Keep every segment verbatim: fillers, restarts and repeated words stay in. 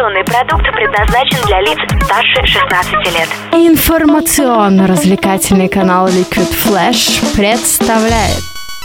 Информационный продукт предназначен для лиц старше шестнадцати лет. Информационно-развлекательный канал Liquid Flash представляет.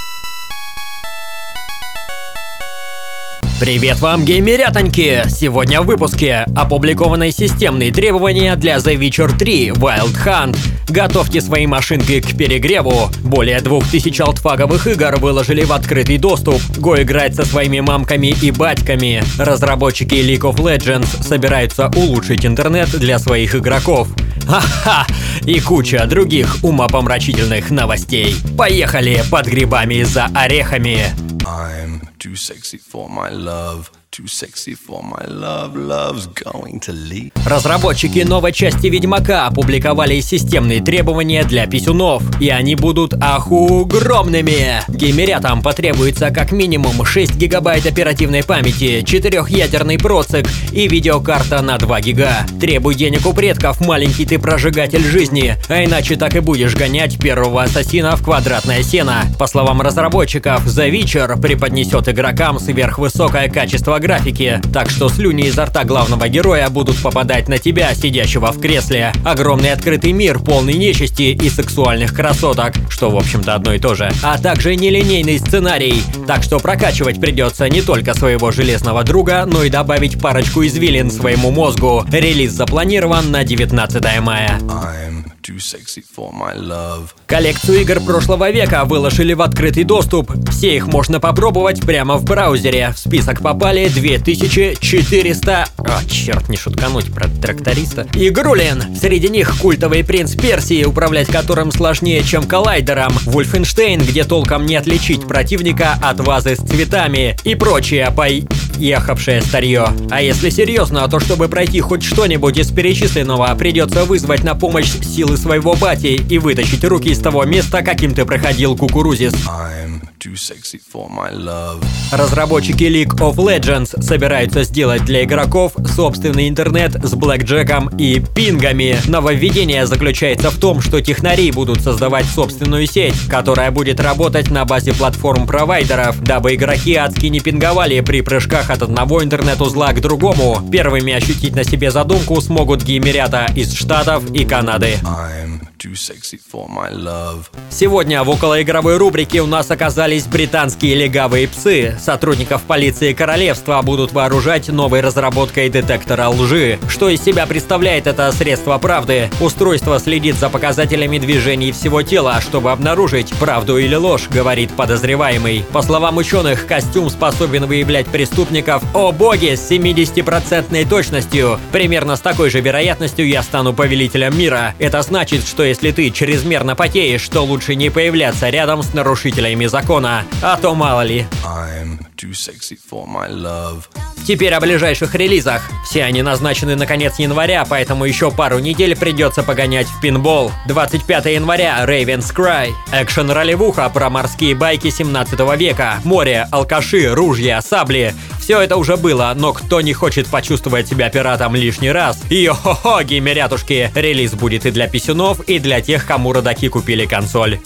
Привет вам, геймерятоньки! Сегодня в выпуске опубликованы системные требования для The Witcher три Wild Hunt. Готовьте свои машинки к перегреву. Более двух тысяч алтфаговых игр выложили в открытый доступ. Го играть со своими мамками и батьками. Разработчики League of Legends собираются улучшить интернет для своих игроков. Ха-ха! И куча других умопомрачительных новостей. Поехали под грибами за орехами! I'm too sexy for my love. Too sexy for my love, love's going to leave. Разработчики новой части Ведьмака опубликовали системные требования для писюнов, и они будут охугромными. Геймерятам потребуется как минимум шесть гигабайт оперативной памяти, четырехъядерный процессор и видеокарта на два гига. Требуй денег у предков, маленький ты прожигатель жизни, а иначе так и будешь гонять первого ассасина в квадратное сено. По словам разработчиков, The Witcher преподнесет игрокам сверхвысокое качество графики, так что слюни изо рта главного героя будут попадать на тебя, сидящего в кресле. Огромный открытый мир, полный нечисти и сексуальных красоток, что в общем-то одно и то же, а также нелинейный сценарий, так что прокачивать придется не только своего железного друга, но и добавить парочку извилин своему мозгу. Релиз запланирован на девятнадцатое мая. Too sexy for my love. Коллекцию игр прошлого века выложили в открытый доступ. Все их можно попробовать прямо в браузере. В список попали две тысячи четыреста... О, черт, не шуткануть про тракториста. Игрулин. Среди них культовый принц Персии, управлять которым сложнее, чем коллайдером. Вольфенштейн, где толком не отличить противника от вазы с цветами. И прочее поехавшее старье. А если серьезно, то чтобы пройти хоть что-нибудь из перечисленного, придется вызвать на помощь силы своего бати и вытащить руки из того места, каким ты проходил кукурузис. Too sexy for my love. Разработчики League of Legends собираются сделать для игроков собственный интернет с блэкджеком и пингами. Нововведение заключается в том, что технари будут создавать собственную сеть, которая будет работать на базе платформ-провайдеров, дабы игроки адски не пинговали при прыжках от одного интернет-узла к другому. Первыми ощутить на себе задумку смогут геймерята из Штатов и Канады. Too sexy for my love. Сегодня в околоигровой рубрике у нас оказались британские легавые псы. Сотрудников полиции королевства будут вооружать новой разработкой детектора лжи. Что из себя представляет это средство правды? Устройство следит за показателями движений всего тела, чтобы обнаружить правду или ложь, говорит подозреваемый. По словам ученых, костюм способен выявлять преступников, о боги, с семидесятипроцентной точностью. Примерно с такой же вероятностью я стану повелителем мира. Это значит, что если ты чрезмерно потеешь, то лучше не появляться рядом с нарушителями закона, а то мало ли. I'm too sexy for my love. Теперь о ближайших релизах. Все они назначены на конец января, поэтому еще пару недель придется погонять в пинбол. двадцать пятого января Raven's Cry. Экшен-ролевуха про морские байки семнадцатого века. Море, алкаши, ружья, сабли. Все это уже было, но кто не хочет почувствовать себя пиратом лишний раз? Йо-хо-хо, геймерятушки! Релиз будет и для писюнов, и для тех, кому родаки купили консоль.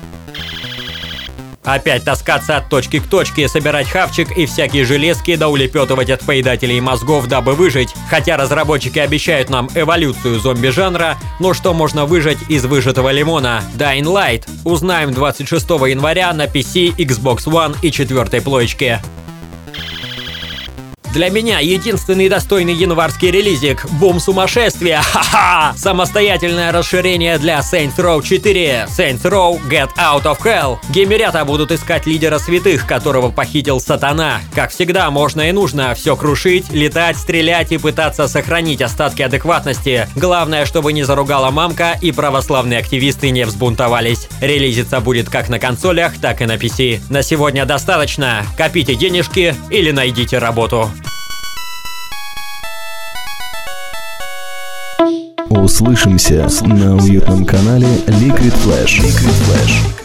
Опять таскаться от точки к точке, собирать хавчик и всякие железки, да улепетывать от поедателей мозгов, дабы выжить. Хотя разработчики обещают нам эволюцию зомби-жанра, но что можно выжать из выжатого лимона? Dying Light. Узнаем двадцать шестого января на пи си, Xbox One и четвертой плоечке. Для меня единственный достойный январский релизик – бум сумасшествия, ха-ха! Самостоятельное расширение для Saints Row четыре, Saints Row Get Out of Hell. Геймерята будут искать лидера святых, которого похитил сатана. Как всегда, можно и нужно все крушить, летать, стрелять и пытаться сохранить остатки адекватности. Главное, чтобы не заругала мамка и православные активисты не взбунтовались. Релизиться будет как на консолях, так и на пи си. На сегодня достаточно. Копите денежки или найдите работу. Услышимся на уютном канале Liquid Flash. Liquid Flash.